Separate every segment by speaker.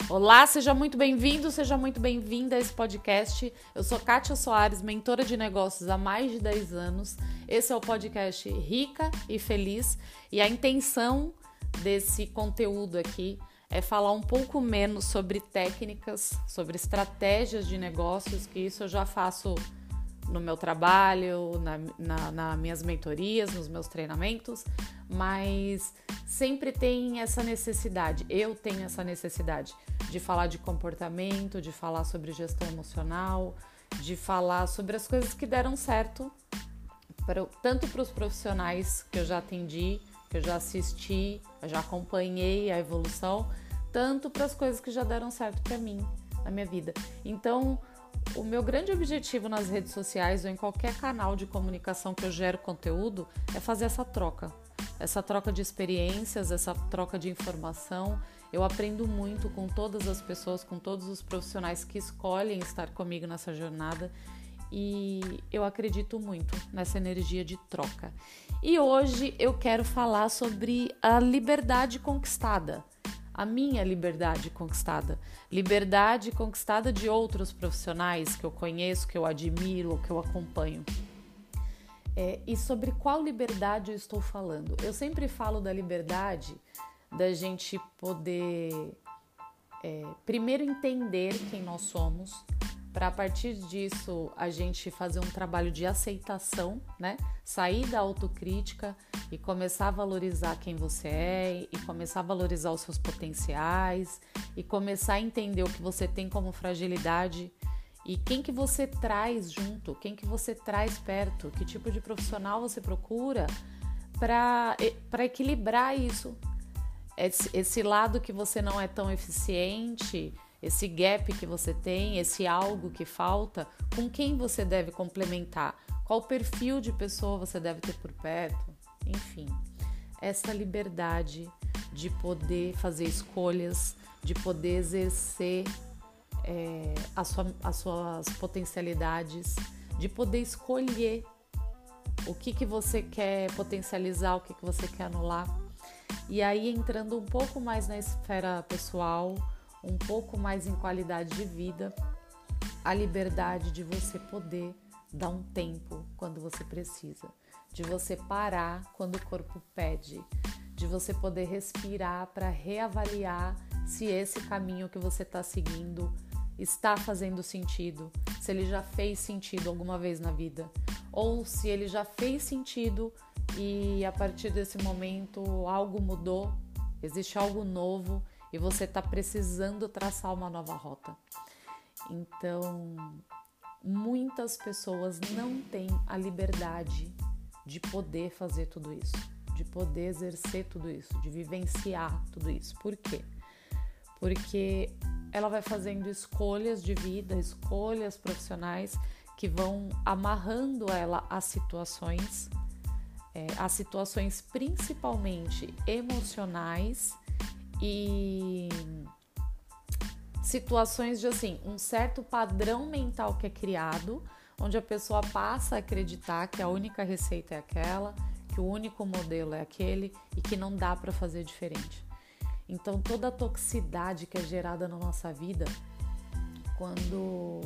Speaker 1: Olá, seja muito bem-vindo, seja muito bem-vinda a esse podcast. Eu sou Kátia Soares, mentora de negócios há mais de 10 anos. Esse é o podcast Rica e Feliz e a intenção desse conteúdo aqui é falar um pouco menos sobre técnicas, sobre estratégias de negócios, que isso eu já faço no meu trabalho, nas minhas mentorias, nos meus treinamentos, mas sempre tem essa necessidade, eu tenho essa necessidade de falar de comportamento, de falar sobre gestão emocional, de falar sobre as coisas que deram certo, tanto para os profissionais que eu já atendi, que eu já assisti, eu já acompanhei a evolução, tanto para as coisas que já deram certo para mim, na minha vida. Então, o meu grande objetivo nas redes sociais ou em qualquer canal de comunicação que eu gero conteúdo é fazer essa troca de experiências, essa troca de informação. Eu aprendo muito com todas as pessoas, com todos os profissionais que escolhem estar comigo nessa jornada e eu acredito muito nessa energia de troca. E hoje eu quero falar sobre a liberdade conquistada. A minha liberdade conquistada de outros profissionais que eu conheço, que eu admiro, que eu acompanho. E sobre qual liberdade eu estou falando? Eu sempre falo da liberdade da gente poder primeiro entender quem nós somos, para a partir disso a gente fazer um trabalho de aceitação, né? Sair da autocrítica e começar a valorizar quem você é e começar a valorizar os seus potenciais e começar a entender o que você tem como fragilidade e quem que você traz junto, quem que você traz perto, que tipo de profissional você procura para equilibrar isso. Esse lado que você não é tão eficiente, esse gap que você tem, esse algo que falta, com quem você deve complementar, qual perfil de pessoa você deve ter por perto, enfim. Essa liberdade de poder fazer escolhas, de poder exercer as suas potencialidades, de poder escolher o que você quer potencializar, o que você quer anular. E aí entrando um pouco mais na esfera pessoal, um pouco mais em qualidade de vida, a liberdade de você poder dar um tempo quando você precisa, de você parar quando o corpo pede, de você poder respirar para reavaliar se esse caminho que você está seguindo está fazendo sentido, se ele já fez sentido alguma vez na vida, ou se ele já fez sentido e a partir desse momento algo mudou, existe algo novo e você está precisando traçar uma nova rota. Então, muitas pessoas não têm a liberdade de poder fazer tudo isso, de poder exercer tudo isso, de vivenciar tudo isso. Por quê? Porque ela vai fazendo escolhas de vida, escolhas profissionais que vão amarrando ela a situações principalmente emocionais e situações de um certo padrão mental que é criado, onde a pessoa passa a acreditar que a única receita é aquela, que o único modelo é aquele e que não dá para fazer diferente. Então toda a toxicidade que é gerada na nossa vida, quando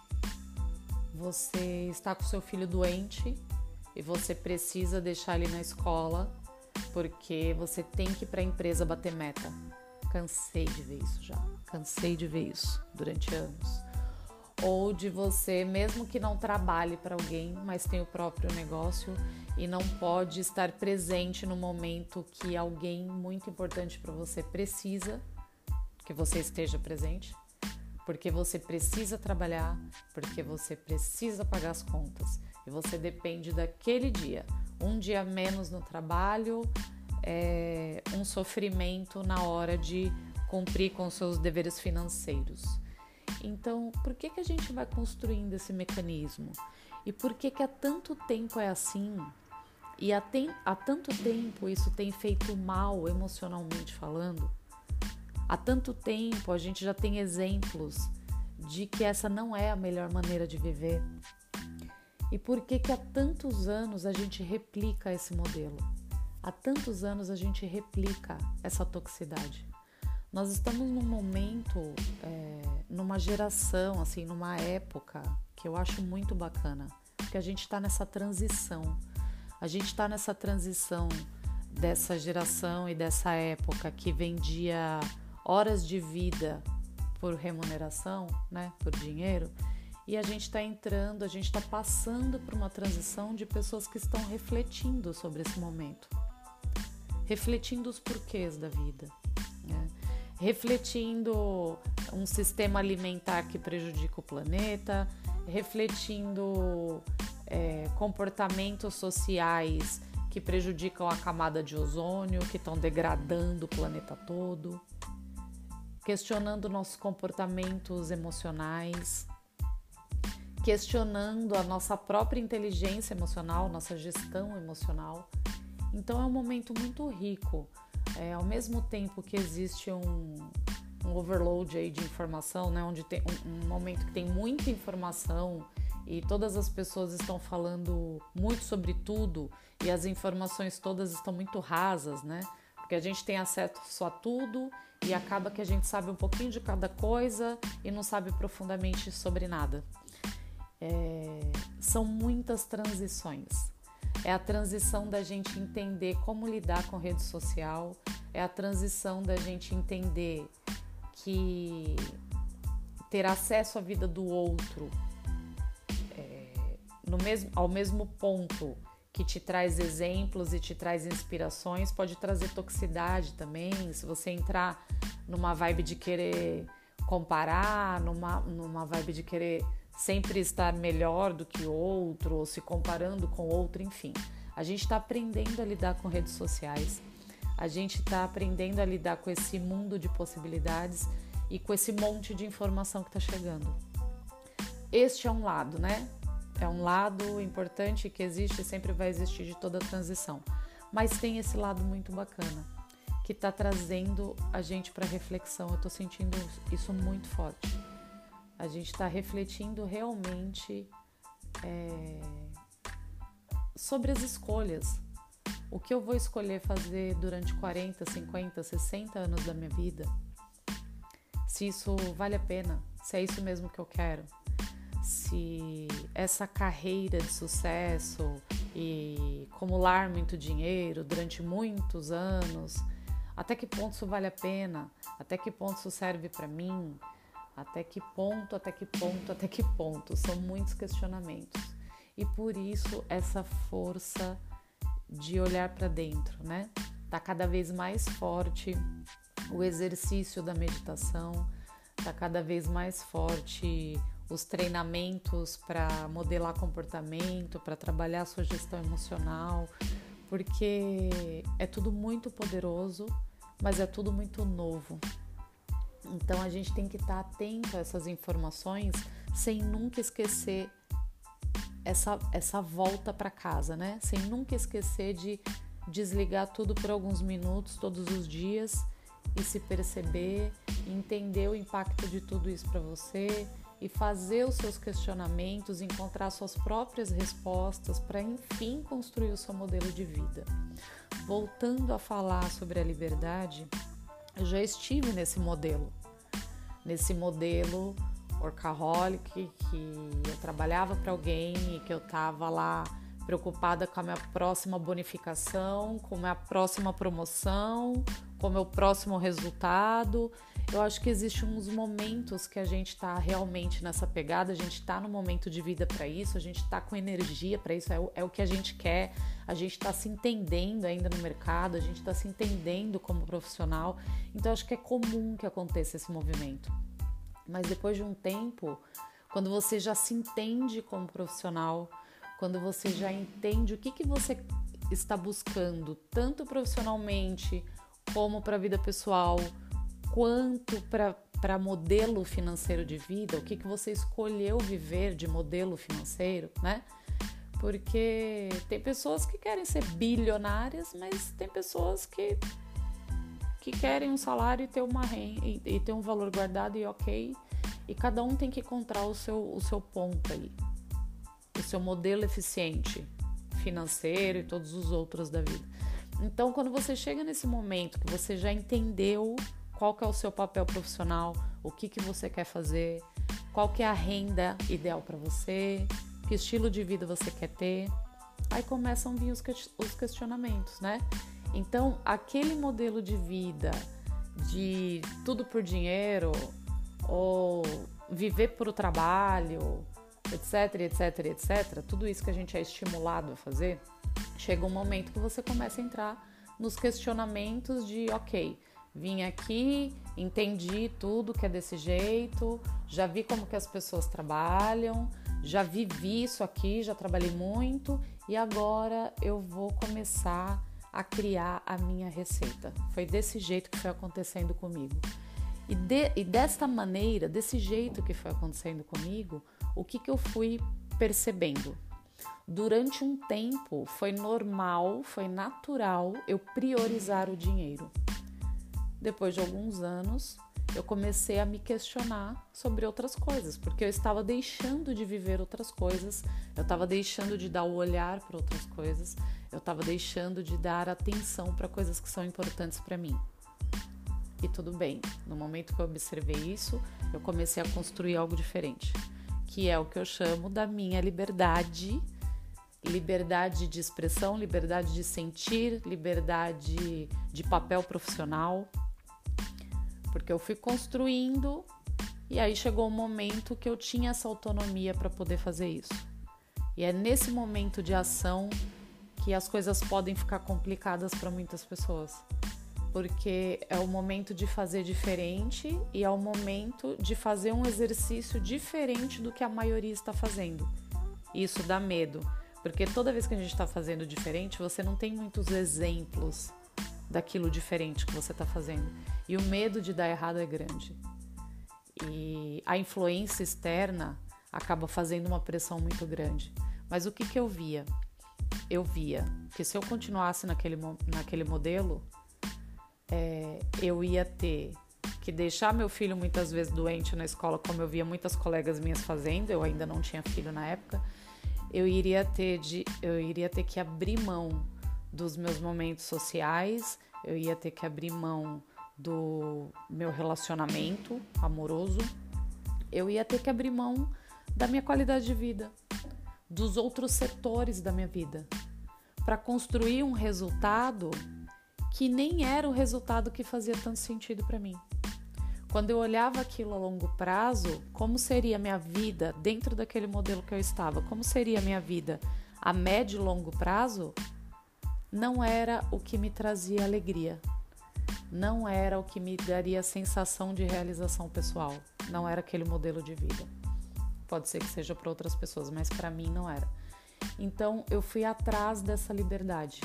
Speaker 1: você está com seu filho doente e você precisa deixar ele na escola porque você tem que ir para a empresa bater meta. Cansei de ver isso durante anos. Ou de você, mesmo que não trabalhe para alguém, mas tem o próprio negócio e não pode estar presente no momento que alguém muito importante para você precisa que você esteja presente, porque você precisa trabalhar, porque você precisa pagar as contas e você depende daquele dia. Um dia menos no trabalho é um sofrimento na hora de cumprir com seus deveres financeiros. Então, por que a gente vai construindo esse mecanismo? E por que há tanto tempo é assim? E há tanto tempo isso tem feito mal emocionalmente falando? Há tanto tempo a gente já tem exemplos de que essa não é a melhor maneira de viver? E por que há tantos anos a gente replica esse modelo? Há tantos anos a gente replica essa toxicidade. Nós estamos num momento, numa geração, assim, numa época que eu acho muito bacana, porque a gente está nessa transição. A gente está nessa transição dessa geração e dessa época que vendia horas de vida por remuneração, né, por dinheiro, e a gente está entrando, a gente está passando por uma transição de pessoas que estão refletindo sobre esse momento, refletindo os porquês da vida, né? Refletindo um sistema alimentar que prejudica o planeta, refletindo comportamentos sociais que prejudicam a camada de ozônio, que estão degradando o planeta todo, questionando nossos comportamentos emocionais, questionando a nossa própria inteligência emocional, nossa gestão emocional. Então é um momento muito rico. Ao mesmo tempo que existe um overload aí de informação, né, onde tem um momento que tem muita informação e todas as pessoas estão falando muito sobre tudo e as informações todas estão muito rasas, né? Porque a gente tem acesso a tudo e acaba que a gente sabe um pouquinho de cada coisa e não sabe profundamente sobre nada. São muitas transições. É a transição da gente entender como lidar com rede social, é a transição da gente entender que ter acesso à vida do outro ao mesmo ponto que te traz exemplos e te traz inspirações, pode trazer toxicidade também, se você entrar numa vibe de querer comparar, numa vibe de querer sempre estar melhor do que o outro, ou se comparando com o outro, enfim. A gente está aprendendo a lidar com redes sociais, a gente está aprendendo a lidar com esse mundo de possibilidades e com esse monte de informação que está chegando. Este é um lado, né? É um lado importante que existe e sempre vai existir de toda a transição. Mas tem esse lado muito bacana, que está trazendo a gente para reflexão. Eu estou sentindo isso muito forte. A gente está refletindo realmente sobre as escolhas. O que eu vou escolher fazer durante 40, 50, 60 anos da minha vida? Se isso vale a pena, se é isso mesmo que eu quero. Se essa carreira de sucesso e acumular muito dinheiro durante muitos anos, até que ponto isso vale a pena? Até que ponto isso serve para mim? Até que ponto? São muitos questionamentos. E por isso essa força de olhar para dentro, né? Tá cada vez mais forte o exercício da meditação, tá cada vez mais forte os treinamentos para modelar comportamento, para trabalhar a sua gestão emocional, porque é tudo muito poderoso, mas é tudo muito novo. Então a gente tem que estar atento a essas informações sem nunca esquecer essa volta para casa, né? Sem nunca esquecer de desligar tudo por alguns minutos todos os dias e se perceber, entender o impacto de tudo isso para você e fazer os seus questionamentos, encontrar suas próprias respostas para, enfim, construir o seu modelo de vida. Voltando a falar sobre a liberdade, eu já estive nesse modelo workaholic, que eu trabalhava para alguém e que eu estava lá preocupada com a minha próxima bonificação, com a minha próxima promoção, com o meu próximo resultado. Eu acho que existem uns momentos que a gente está realmente nessa pegada, a gente está no momento de vida para isso, a gente está com energia para isso, é o que a gente quer, a gente está se entendendo ainda no mercado, a gente está se entendendo como profissional, então acho que é comum que aconteça esse movimento. Mas depois de um tempo, quando você já se entende como profissional, quando você já entende o que você está buscando, tanto profissionalmente como para a vida pessoal, quanto para modelo financeiro de vida, o que você escolheu viver de modelo financeiro, né? Porque tem pessoas que querem ser bilionárias, mas tem pessoas que querem um salário e ter uma renda e ter um valor guardado e ok. E cada um tem que encontrar o seu ponto aí, o seu modelo eficiente financeiro e todos os outros da vida. Então, quando você chega nesse momento que você já entendeu qual que é o seu papel profissional, o que você quer fazer, qual que é a renda ideal para você, que estilo de vida você quer ter. Aí começam a vir os questionamentos, né? Então, aquele modelo de vida de tudo por dinheiro ou viver por trabalho, etc, etc, etc, tudo isso que a gente é estimulado a fazer, chega um momento que você começa a entrar nos questionamentos de, ok, vim aqui, entendi tudo que é desse jeito, já vi como que as pessoas trabalham, já vivi isso aqui, já trabalhei muito e agora eu vou começar a criar a minha receita. Foi desse jeito que foi acontecendo comigo. E desta maneira, desse jeito que foi acontecendo comigo, o que eu fui percebendo? Durante um tempo foi normal, foi natural eu priorizar o dinheiro. Depois de alguns anos, eu comecei a me questionar sobre outras coisas, porque eu estava deixando de viver outras coisas, eu estava deixando de dar o olhar para outras coisas, eu estava deixando de dar atenção para coisas que são importantes para mim. E tudo bem, no momento que eu observei isso, eu comecei a construir algo diferente, que é o que eu chamo da minha liberdade de expressão, liberdade de sentir, liberdade de papel profissional, porque eu fui construindo e aí chegou um momento que eu tinha essa autonomia para poder fazer isso. E é nesse momento de ação que as coisas podem ficar complicadas para muitas pessoas, porque é o momento de fazer diferente e é o momento de fazer um exercício diferente do que a maioria está fazendo. Isso dá medo, porque toda vez que a gente está fazendo diferente, você não tem muitos exemplos daquilo diferente que você está fazendo. E o medo de dar errado é grande. E a influência externa acaba fazendo uma pressão muito grande. Mas o que eu via? Eu via que se eu continuasse naquele modelo, eu ia ter que deixar meu filho muitas vezes doente na escola, como eu via muitas colegas minhas fazendo, eu ainda não tinha filho na época, eu iria ter que abrir mão dos meus momentos sociais, eu ia ter que abrir mão do meu relacionamento amoroso, eu ia ter que abrir mão da minha qualidade de vida, dos outros setores da minha vida, para construir um resultado que nem era o resultado que fazia tanto sentido para mim. Quando eu olhava aquilo a longo prazo, como seria a minha vida dentro daquele modelo que eu estava, como seria a minha vida a médio e longo prazo, não era o que me trazia alegria, não era o que me daria a sensação de realização pessoal, não era aquele modelo de vida. Pode ser que seja para outras pessoas, mas para mim não era. Então eu fui atrás dessa liberdade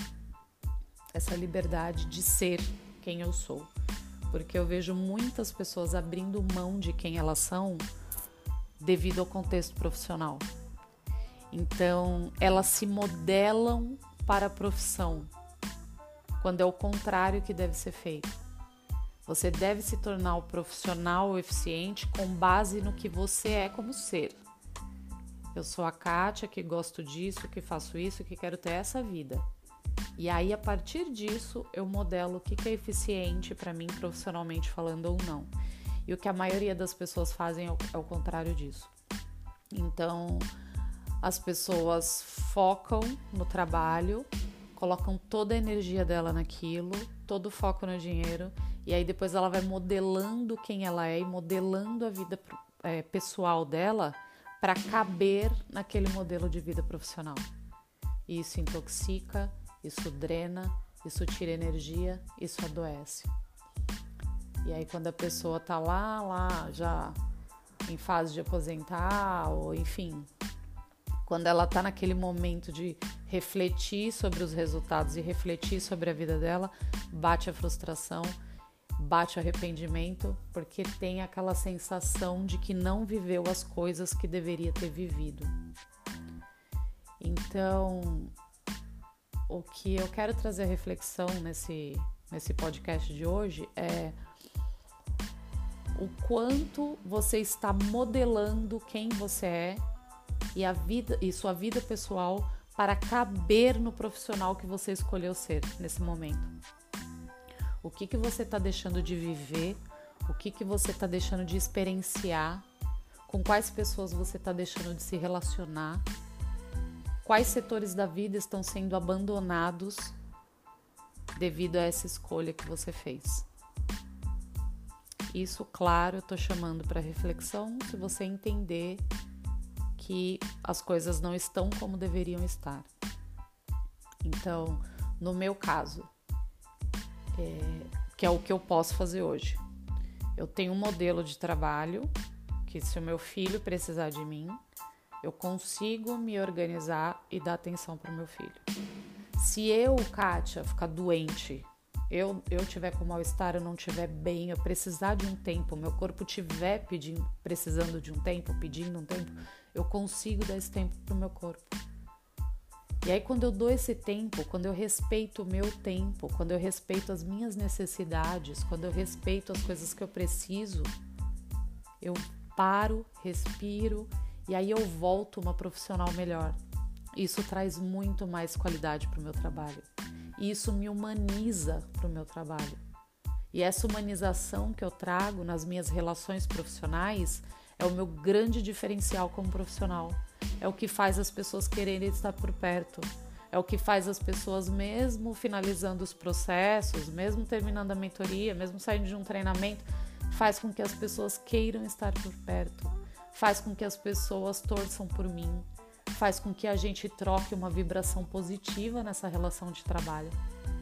Speaker 1: de ser quem eu sou, porque eu vejo muitas pessoas abrindo mão de quem elas são devido ao contexto profissional. Então elas se modelam para a profissão, quando é o contrário que deve ser feito. Você deve se tornar o profissional eficiente com base no que você é como ser. Eu sou a Kátia, que gosto disso, que faço isso, que quero ter essa vida. E aí, a partir disso, eu modelo o que é eficiente para mim, profissionalmente falando ou não. E o que a maioria das pessoas fazem é o contrário disso. Então, as pessoas focam no trabalho, colocam toda a energia dela naquilo, todo o foco no dinheiro, e aí depois ela vai modelando quem ela é e modelando a vida pessoal dela para caber naquele modelo de vida profissional. E isso intoxica, isso drena, isso tira energia, isso adoece. E aí quando a pessoa tá lá já em fase de aposentar, ou enfim, quando ela tá naquele momento de refletir sobre os resultados e refletir sobre a vida dela, bate a frustração, bate o arrependimento, porque tem aquela sensação de que não viveu as coisas que deveria ter vivido. Então, o que eu quero trazer reflexão nesse podcast de hoje é o quanto você está modelando quem você é e sua vida pessoal para caber no profissional que você escolheu ser nesse momento. O que você está deixando de viver? O que você está deixando de experienciar? Com quais pessoas você está deixando de se relacionar? Quais setores da vida estão sendo abandonados devido a essa escolha que você fez? Isso, claro, eu estou chamando para reflexão se você entender que as coisas não estão como deveriam estar. Então, no meu caso, que é o que eu posso fazer hoje, eu tenho um modelo de trabalho que, se o meu filho precisar de mim, eu consigo me organizar e dar atenção para o meu filho. Se eu, Kátia, ficar doente, eu tiver com mal-estar, eu não tiver bem, eu precisar de um tempo, meu corpo tiver precisando de um tempo, pedindo um tempo, eu consigo dar esse tempo pro meu corpo. E aí, quando eu dou esse tempo, quando eu respeito o meu tempo, quando eu respeito as minhas necessidades, quando eu respeito as coisas que eu preciso, eu paro, respiro e aí eu volto uma profissional melhor. Isso traz muito mais qualidade pro meu trabalho. E isso me humaniza para o meu trabalho. E essa humanização que eu trago nas minhas relações profissionais é o meu grande diferencial como profissional. É o que faz as pessoas quererem estar por perto. É o que faz as pessoas, mesmo finalizando os processos, mesmo terminando a mentoria, mesmo saindo de um treinamento, faz com que as pessoas queiram estar por perto. Faz com que as pessoas torçam por mim. Faz com que a gente troque uma vibração positiva nessa relação de trabalho.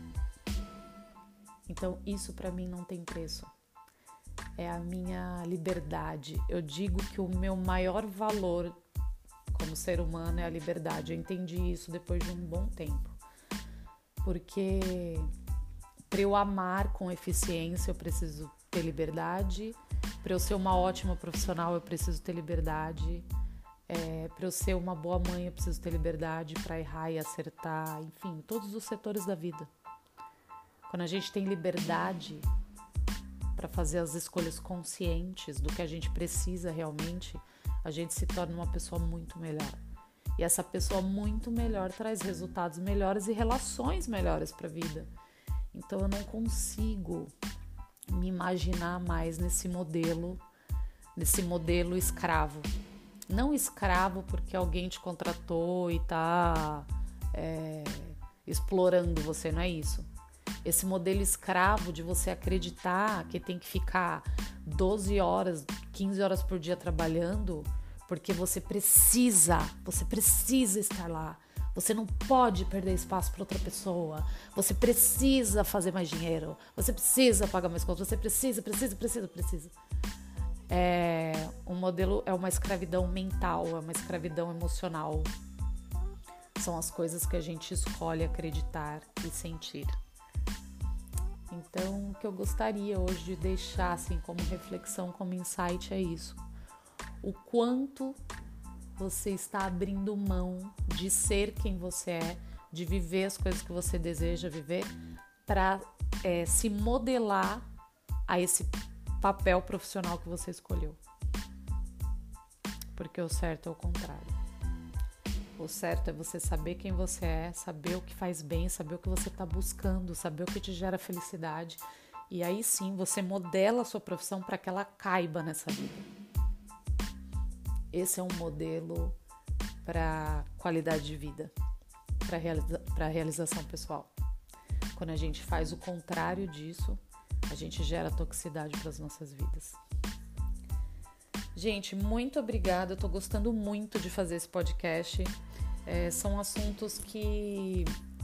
Speaker 1: Então, isso para mim não tem preço. É a minha liberdade. Eu digo que o meu maior valor como ser humano é a liberdade. Eu entendi isso depois de um bom tempo. Porque para eu amar com eficiência, eu preciso ter liberdade. Para eu ser uma ótima profissional, eu preciso ter liberdade. Para eu ser uma boa mãe, eu preciso ter liberdade para errar e acertar, enfim, todos os setores da vida. Quando a gente tem liberdade para fazer as escolhas conscientes do que a gente precisa realmente, a gente se torna uma pessoa muito melhor. E essa pessoa muito melhor traz resultados melhores e relações melhores para a vida. Então eu não consigo me imaginar mais nesse modelo escravo. Não escravo porque alguém te contratou e tá explorando você, não é isso. Esse modelo escravo de você acreditar que tem que ficar 12 horas, 15 horas por dia trabalhando porque você precisa estar lá. Você não pode perder espaço para outra pessoa. Você precisa fazer mais dinheiro. Você precisa pagar mais contas. Você precisa. Um modelo é uma escravidão mental, é uma escravidão emocional. São as coisas que a gente escolhe acreditar e sentir. Então, o que eu gostaria hoje de deixar assim, como reflexão, como insight é isso. O quanto você está abrindo mão de ser quem você é, de viver as coisas que você deseja viver, para se modelar a esse papel profissional que você escolheu. Porque o certo é o contrário. O certo é você saber quem você é, saber o que faz bem, saber o que você está buscando, saber o que te gera felicidade. E aí sim você modela a sua profissão para que ela caiba nessa vida. Esse é um modelo para qualidade de vida, para realização pessoal. Quando a gente faz o contrário disso, a gente gera toxicidade para as nossas vidas. Gente, muito obrigada. Eu tô gostando muito de fazer esse podcast. São assuntos que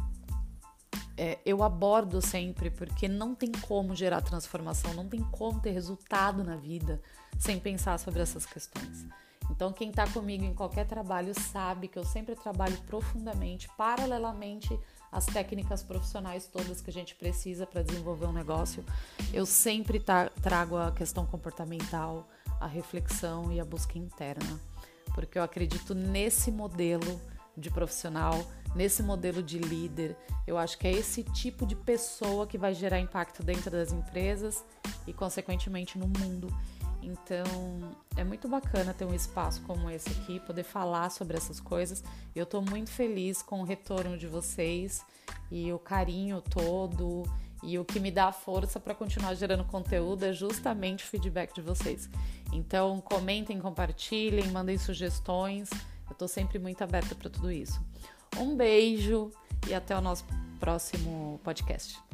Speaker 1: eu abordo sempre, porque não tem como gerar transformação, não tem como ter resultado na vida sem pensar sobre essas questões. Então, quem está comigo em qualquer trabalho sabe que eu sempre trabalho profundamente, paralelamente às técnicas profissionais todas que a gente precisa para desenvolver um negócio. Eu sempre trago a questão comportamental, a reflexão e a busca interna, porque eu acredito nesse modelo de profissional, nesse modelo de líder. Eu acho que é esse tipo de pessoa que vai gerar impacto dentro das empresas e, consequentemente, no mundo. Então, é muito bacana ter um espaço como esse aqui, poder falar sobre essas coisas. Eu estou muito feliz com o retorno de vocês e o carinho todo E o que me dá força para continuar gerando conteúdo é justamente o feedback de vocês. Então, comentem, compartilhem, mandem sugestões. Eu tô sempre muito aberta para tudo isso. Um beijo e até o nosso próximo podcast.